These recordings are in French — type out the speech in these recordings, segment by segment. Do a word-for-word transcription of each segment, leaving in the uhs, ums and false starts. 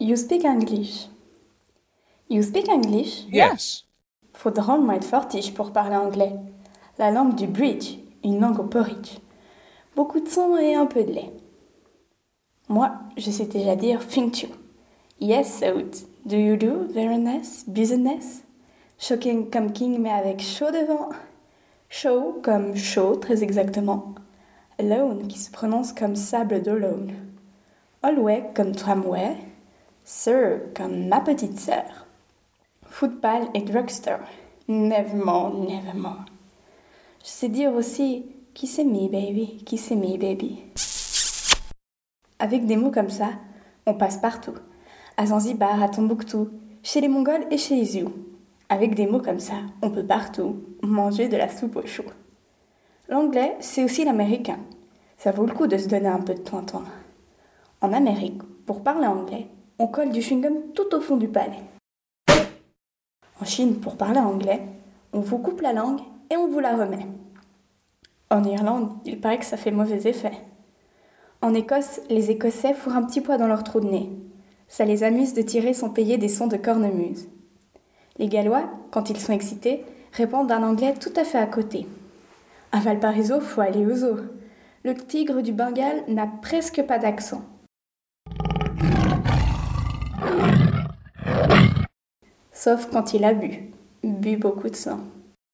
You speak English. You speak English? Yes. Faut drôlement être fortiche pour parler anglais. La langue du bridge, une langue au porridge. Beaucoup de sang et un peu de lait. Moi, je sais déjà dire thank you. Yes, out. Do you do? Very nice. Business. Shocking comme king mais avec chaud devant. Show comme chaud, très exactement. Alone qui se prononce comme sable d'Olone. Alway comme tramway. Sir comme ma petite sœur. Football et drugstore. Nevermore, nevermore. Je sais dire aussi qui c'est me baby, qui c'est me baby. Avec des mots comme ça, on passe partout. À Zanzibar, à Tombouctou, chez les Mongols et chez les Zhou. Avec des mots comme ça, on peut partout manger de la soupe au chou. L'anglais, c'est aussi l'américain. Ça vaut le coup de se donner un peu de toin-toin. En Amérique, pour parler anglais, on colle du chewing-gum tout au fond du palais. En Chine, pour parler anglais, on vous coupe la langue et on vous la remet. En Irlande, il paraît que ça fait mauvais effet. En Écosse, les Écossais fourrent un petit poids dans leur trou de nez. Ça les amuse de tirer sans payer des sons de cornemuse. Les Gallois, quand ils sont excités, répondent un anglais tout à fait à côté. À Valparaiso, faut aller aux zoo. Le tigre du Bengale n'a presque pas d'accent. Sauf quand il a bu. Bu beaucoup de sang.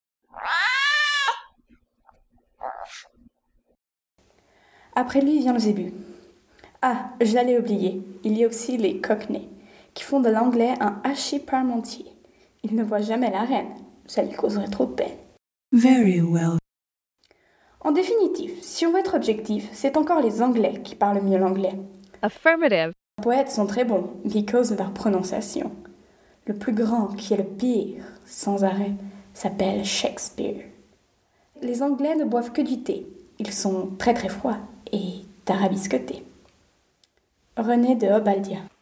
Après lui vient le zébu. Ah, je l'allais oublier, il y a aussi les cockneys, qui font de l'anglais un hachis parmentier. Ils ne voient jamais la reine, ça lui causerait trop de peine. Very well. En définitive, si on veut être objectif, c'est encore les Anglais qui parlent mieux l'anglais. Affirmative. Les poètes sont très bons, because de leur prononciation. Le plus grand, qui est le pire, sans arrêt, s'appelle Shakespeare. Les Anglais ne boivent que du thé. Ils sont très très froids et tarabiscotés. René de Obaldia.